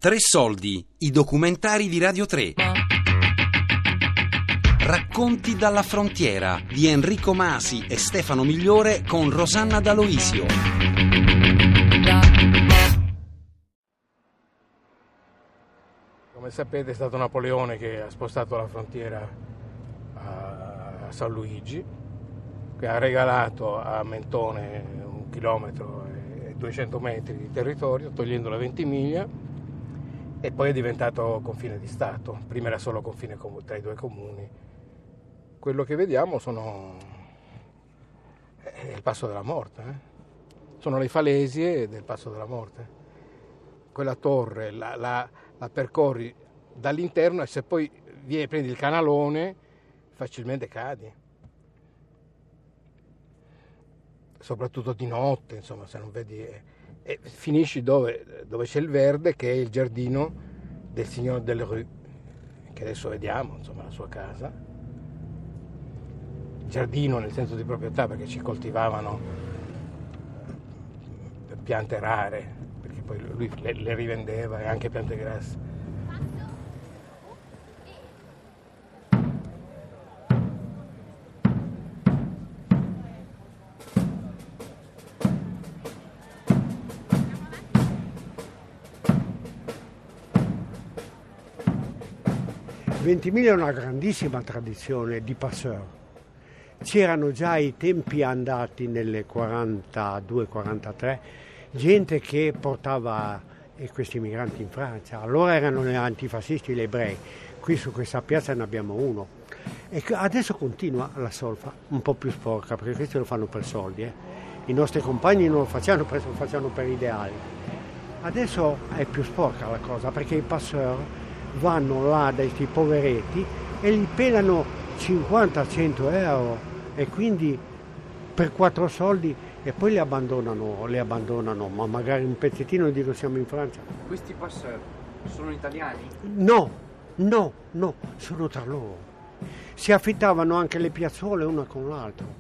Tre soldi, i documentari di Radio 3. Racconti dalla frontiera di Enrico Masi e Stefano Migliore con Rosanna D'Aloisio. Come sapete è stato Napoleone che ha spostato la frontiera a San Luigi, che ha regalato a Mentone 1 chilometro e 200 metri di territorio, togliendo la Ventimiglia, e poi è diventato confine di Stato. Prima era solo confine tra i due comuni. Quello che vediamo è il Passo della Morte. Sono le falesie del Passo della Morte. Quella torre la percorri dall'interno e se poi prendi il canalone facilmente cadi. Soprattutto di notte, insomma, se non vedi... E finisci dove c'è il verde, che è il giardino del signor Delrue, che adesso vediamo, insomma, la sua casa. Giardino nel senso di proprietà, perché ci coltivavano piante rare, perché poi lui le rivendeva, e anche piante grasse. 20.000 è una grandissima tradizione di passeur. C'erano già ai tempi andati nelle 42-43 gente che portava questi migranti in Francia. Allora erano gli antifascisti, gli ebrei. Qui su questa piazza ne abbiamo uno. E adesso continua la solfa, un po' più sporca, perché questi lo fanno per soldi. I nostri compagni non lo facevano per ideali. Adesso è più sporca la cosa, perché i passeur vanno là dai poveretti e li pelano 50-100 euro e quindi per 4 soldi e poi li abbandonano, ma magari un pezzettino e dico siamo in Francia. Questi passeur sono italiani? No, sono tra loro. Si affittavano anche le piazzole una con l'altra.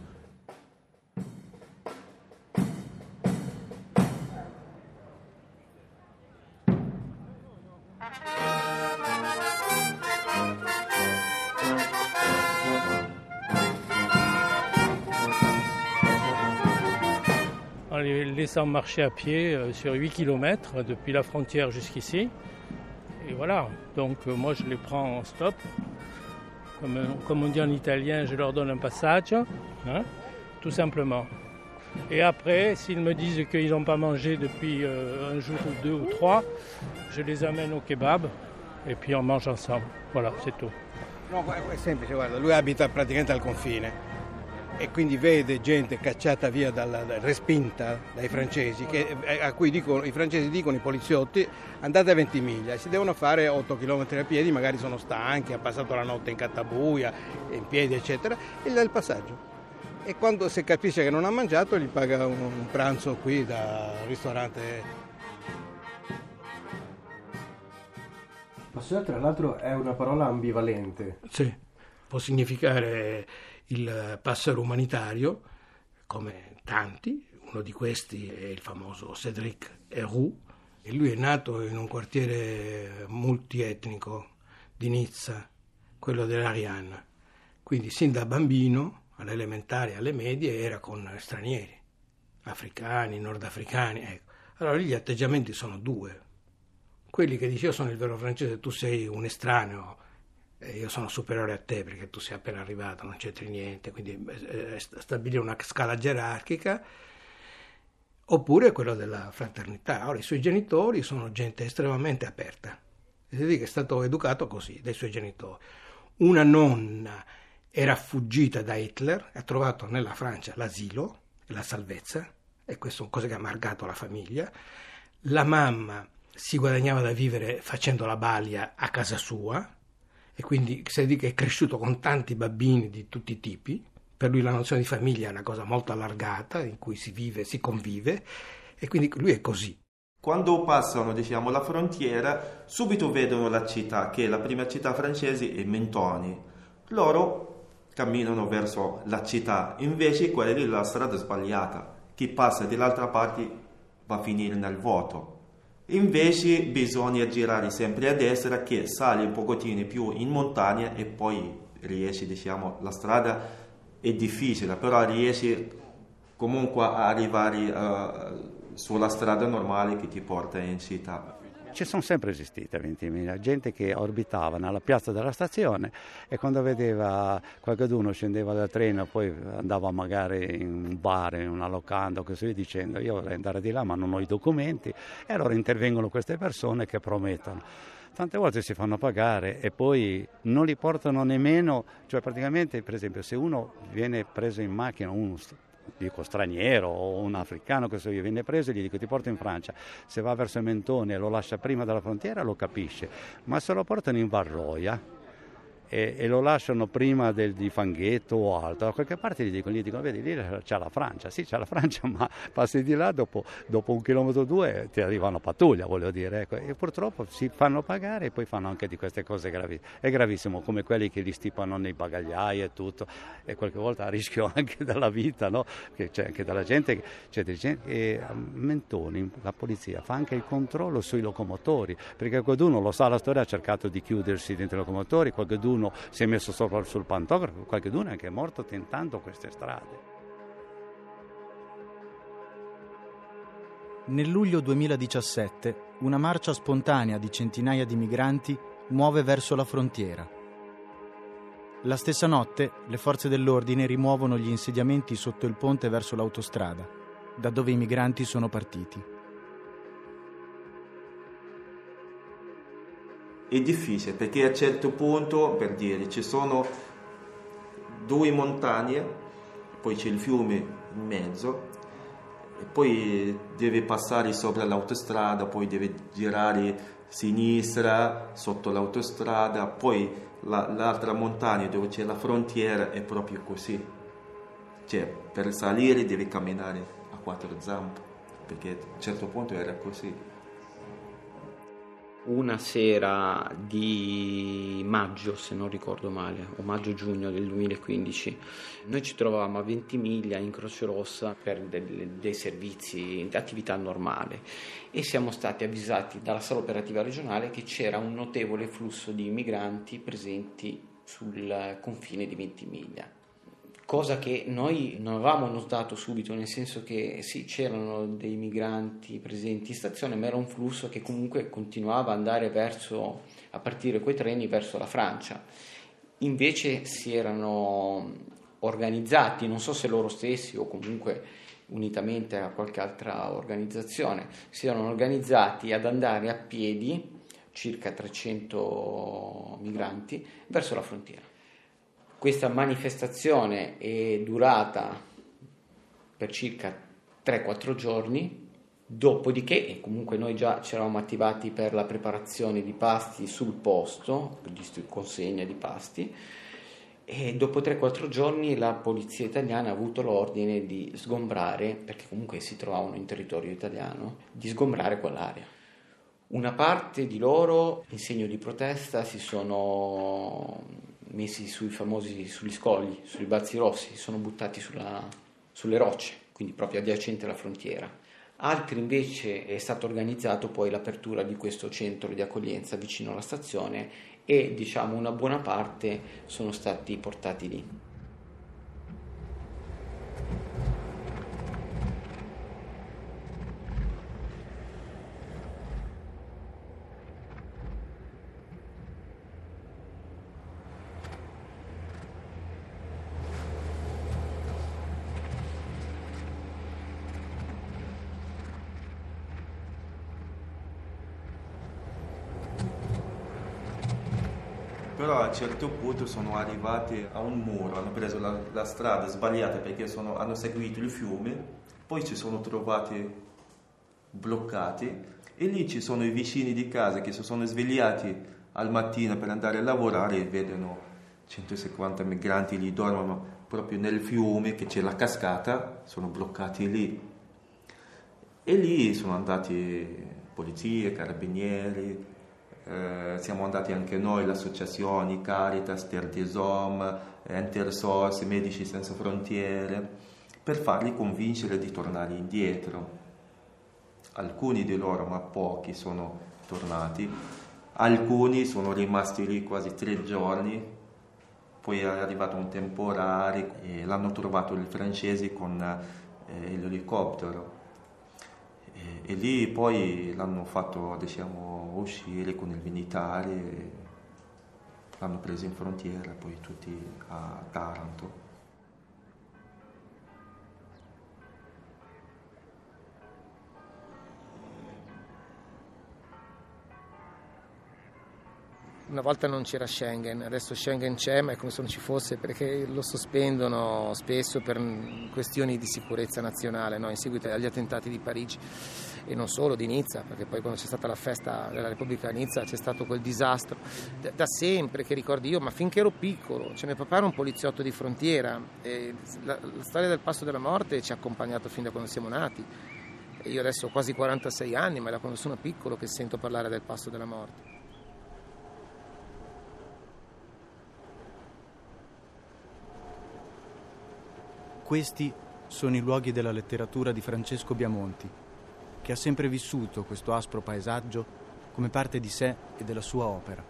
En les laissant marcher à pied sur 8 km depuis la frontière jusqu'ici. Et voilà, donc moi je les prends en stop. Comme on dit en italien, je leur donne un passage, tout simplement. Et après, s'ils me disent qu'ils n'ont pas mangé depuis un jour ou 2 ou 3, je les amène au kebab et puis on mange ensemble. Voilà, c'est tout. No, è semplice, guarda, lui abita praticamente al confine e quindi vede gente cacciata via, respinta dai francesi, a cui i francesi dicono, i poliziotti, andate a Ventimiglia, si devono fare 8 km a piedi, magari sono stanchi, hanno passato la notte in Cattabuia, in piedi eccetera, e gli dà il passaggio. E quando si capisce che non ha mangiato gli paga un pranzo qui da ristorante. Passeur, tra l'altro, è una parola ambivalente. Sì, può significare il passeur umanitario, come tanti. Uno di questi è il famoso Cédric Herrou, e lui è nato in un quartiere multietnico di Nizza, quello dell'Ariane. Quindi sin da bambino, alle elementari, alle medie, era con stranieri, africani, nordafricani. Ecco. Allora lì gli atteggiamenti sono due. Quelli che dice io sono il vero francese, tu sei un estraneo, io sono superiore a te perché tu sei appena arrivato, non c'entri niente, quindi stabilire una scala gerarchica, oppure quello della fraternità. Ora i suoi genitori sono gente estremamente aperta, si dice che è stato educato così dai suoi genitori. Una nonna era fuggita da Hitler, ha trovato nella Francia l'asilo e la salvezza, e questo è una cosa che ha marcato la famiglia. La mamma si guadagnava da vivere facendo la balia a casa sua, e quindi si dice che è cresciuto con tanti bambini di tutti i tipi. Per lui la nozione di famiglia è una cosa molto allargata, in cui si vive, si convive, e quindi lui è così. Quando passano, la frontiera, subito vedono la città, che la prima città francese è Mentone. Loro camminano verso la città, invece quella lì è la strada sbagliata. Chi passa dall'altra parte va a finire nel vuoto. Invece bisogna girare sempre a destra, che sale un pochettino più in montagna e poi riesci, diciamo, la strada è difficile, però riesci comunque a arrivare sulla strada normale che ti porta in città. Ci sono sempre esistite Ventimiglia, gente che orbitava nella piazza della stazione e quando vedeva qualcuno scendeva dal treno, poi andava magari in un bar, in una locanda, così via dicendo io vorrei andare di là ma non ho i documenti, e allora intervengono queste persone che promettono. Tante volte si fanno pagare e poi non li portano nemmeno, cioè praticamente per esempio se uno viene preso in macchina, dico straniero o un africano, che so io, viene preso e gli dico ti porto in Francia, se va verso Mentone e lo lascia prima della frontiera lo capisce, ma se lo portano in Varroia e lo lasciano prima di Fanghetto o altro, da qualche parte gli dicono vedi lì c'è la Francia, sì c'è la Francia, ma passi di là dopo 1 chilometro o 2 ti arriva una pattuglia, voglio dire, ecco. E purtroppo si fanno pagare e poi fanno anche di queste cose gravissime, è gravissimo, come quelli che li stipano nei bagagliai e tutto, e qualche volta a rischio anche della vita, no? Che c'è anche della gente, e a Mentoni la polizia fa anche il controllo sui locomotori, perché qualcuno lo sa la storia, ha cercato di chiudersi dentro i locomotori, qualcuno si è messo sopra sul pantografo, qualcuno è anche morto tentando queste strade. Nel luglio 2017 una marcia spontanea di centinaia di migranti muove verso la frontiera. La stessa notte le forze dell'ordine rimuovono gli insediamenti sotto il ponte verso l'autostrada, da dove i migranti sono partiti. È difficile perché a un certo punto, per dire, ci sono 2 montagne, poi c'è il fiume in mezzo e poi deve passare sopra l'autostrada, poi deve girare a sinistra sotto l'autostrada, poi l'altra montagna dove c'è la frontiera è proprio così, cioè per salire devi camminare a 4 zampe, perché a un certo punto era così. Una sera di maggio, se non ricordo male, o maggio-giugno del 2015, noi ci trovavamo a Ventimiglia in Croce Rossa per dei servizi di attività normale e siamo stati avvisati dalla sala operativa regionale che c'era un notevole flusso di migranti presenti sul confine di Ventimiglia. Cosa che noi non avevamo notato subito, nel senso che sì, c'erano dei migranti presenti in stazione, ma era un flusso che comunque continuava ad andare a partire quei treni verso la Francia. Invece si erano organizzati, non so se loro stessi o comunque unitamente a qualche altra organizzazione, si erano organizzati ad andare a piedi, circa 300 migranti, verso la frontiera. Questa manifestazione è durata per circa 3-4 giorni, dopodiché, e comunque noi già ci eravamo attivati per la preparazione di pasti sul posto, di consegna di pasti, e dopo 3-4 giorni la polizia italiana ha avuto l'ordine di sgombrare, perché comunque si trovavano in territorio italiano, di sgombrare quell'area. Una parte di loro, in segno di protesta, si sono messi sugli scogli, sui balzi rossi, sono buttati sulle rocce, quindi proprio adiacente alla frontiera. Altri invece è stato organizzato poi l'apertura di questo centro di accoglienza vicino alla stazione e una buona parte sono stati portati lì. Però a un certo punto sono arrivati a un muro, hanno preso la strada sbagliata perché hanno seguito il fiume, poi ci sono trovati bloccati e lì ci sono i vicini di casa che si sono svegliati al mattino per andare a lavorare e vedono 150 migranti lì, dormono proprio nel fiume che c'è la cascata, sono bloccati lì. E lì sono andati polizie, carabinieri, siamo andati anche noi, le associazioni, Caritas, Terre des Hommes, Intersource, Medici Senza Frontiere, per farli convincere di tornare indietro. Alcuni di loro, ma pochi, sono tornati. Alcuni sono rimasti lì quasi 3 giorni, poi è arrivato un temporale e l'hanno trovato i francesi con l'elicottero. E lì poi l'hanno fatto, diciamo, uscire con il militare, l'hanno preso in frontiera, poi tutti a Taranto. Una volta non c'era Schengen, adesso Schengen c'è, ma è come se non ci fosse, perché lo sospendono spesso per questioni di sicurezza nazionale, no? In seguito agli attentati di Parigi e non solo, di Nizza, perché poi quando c'è stata la festa della Repubblica a Nizza c'è stato quel disastro. Da sempre che ricordo io, ma finché ero piccolo, cioè mio papà era un poliziotto di frontiera e la storia del Passo della Morte ci ha accompagnato fin da quando siamo nati. E io adesso ho quasi 46 anni, ma è da quando sono piccolo che sento parlare del Passo della Morte. Questi sono i luoghi della letteratura di Francesco Biamonti, che ha sempre vissuto questo aspro paesaggio come parte di sé e della sua opera.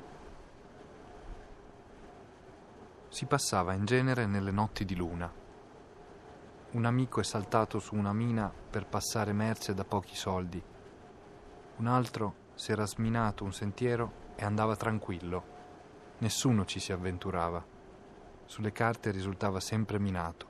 Si passava in genere nelle notti di luna. Un amico è saltato su una mina per passare merce da pochi soldi. Un altro si era sminato un sentiero e andava tranquillo. Nessuno ci si avventurava. Sulle carte risultava sempre minato.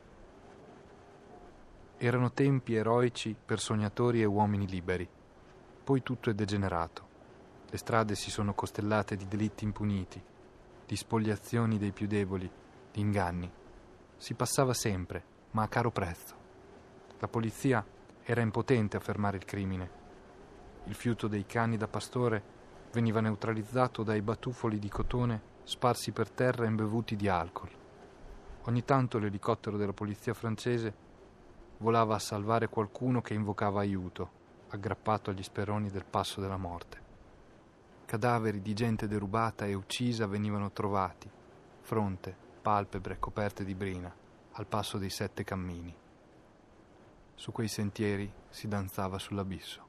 Erano tempi eroici per sognatori e uomini liberi. Poi tutto è degenerato. Le strade si sono costellate di delitti impuniti, di spoliazioni dei più deboli, di inganni. Si passava sempre, ma a caro prezzo. La polizia era impotente a fermare il crimine. Il fiuto dei cani da pastore veniva neutralizzato dai batuffoli di cotone sparsi per terra imbevuti di alcol. Ogni tanto l'elicottero della polizia francese volava a salvare qualcuno che invocava aiuto, aggrappato agli speroni del Passo della Morte. Cadaveri di gente derubata e uccisa venivano trovati, fronte, palpebre coperte di brina, al passo dei 7 cammini. Su quei sentieri si danzava sull'abisso.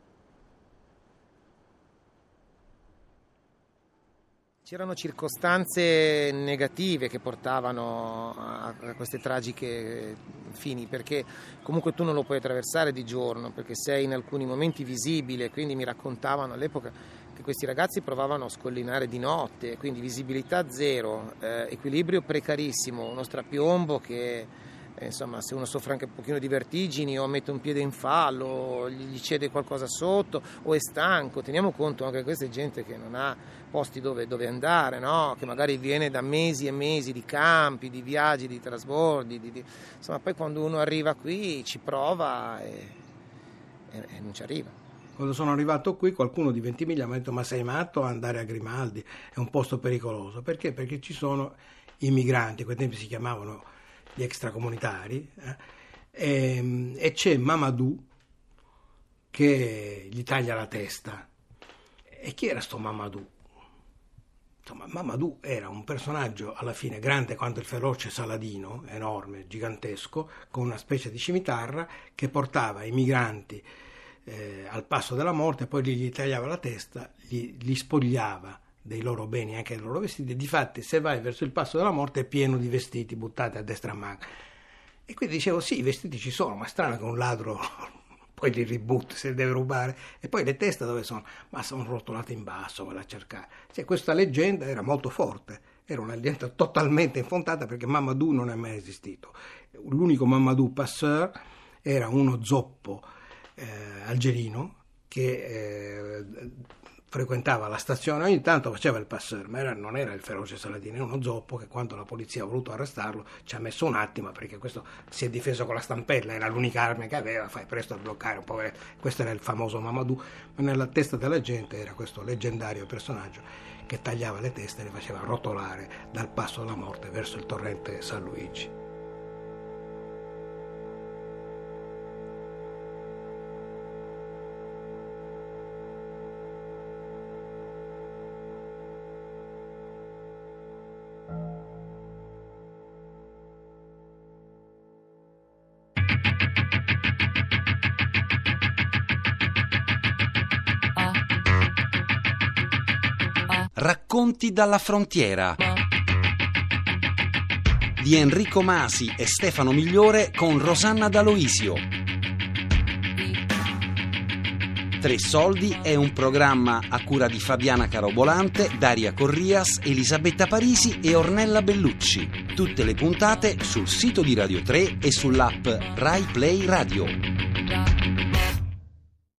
C'erano circostanze negative che portavano a queste tragiche fini, perché comunque tu non lo puoi attraversare di giorno, perché sei in alcuni momenti visibile, quindi mi raccontavano all'epoca che questi ragazzi provavano a scollinare di notte, quindi visibilità zero, equilibrio precarissimo, uno strapiombo che insomma, se uno soffre anche un pochino di vertigini o mette un piede in fallo, gli cede qualcosa sotto o è stanco. Teniamo conto anche che questa è gente che non ha posti dove andare, no? Che magari viene da mesi e mesi di campi, di viaggi, di trasbordi, insomma, poi quando uno arriva qui ci prova e non ci arriva. Quando sono arrivato qui qualcuno di Ventimiglia mi ha detto: ma sei matto a andare a Grimaldi, è un posto pericoloso. Perché? Perché ci sono i migranti, a quei tempi si chiamavano gli extracomunitari, e c'è Mamadou che gli taglia la testa. E chi era sto Mamadou? Insomma, Mamadou era un personaggio alla fine grande quanto il feroce Saladino, enorme, gigantesco, con una specie di scimitarra che portava i migranti al Passo della Morte, poi gli tagliava la testa, li spogliava dei loro beni, anche dei loro vestiti. Difatti, se vai verso il Passo della Morte è pieno di vestiti buttati a destra e a manca. E quindi dicevo: sì, i vestiti ci sono, ma è strano che un ladro poi li ributti se deve rubare. E poi le teste dove sono? Ma sono rotolate in basso, vado a cercare. Cioè, questa leggenda era molto forte, era una leggenda totalmente infondata, perché Mamadou non è mai esistito. L'unico Mamadou Passeur era uno zoppo algerino che frequentava la stazione, ogni tanto faceva il passeur, ma non era il feroce Saladino, era uno zoppo che quando la polizia ha voluto arrestarlo ci ha messo un attimo, perché questo si è difeso con la stampella, era l'unica arma che aveva, fai presto a bloccare un po'. Questo era il famoso Mamadou, ma nella testa della gente era questo leggendario personaggio che tagliava le teste e le faceva rotolare dal Passo della Morte verso il torrente San Luigi. Racconti dalla frontiera di Enrico Masi e Stefano Migliore con Rosanna D'Aloisio. Tre Soldi è un programma a cura di Fabiana Carobolante, Daria Corrias, Elisabetta Parisi e Ornella Bellucci. Tutte le puntate sul sito di Radio 3 e sull'app Rai Play Radio.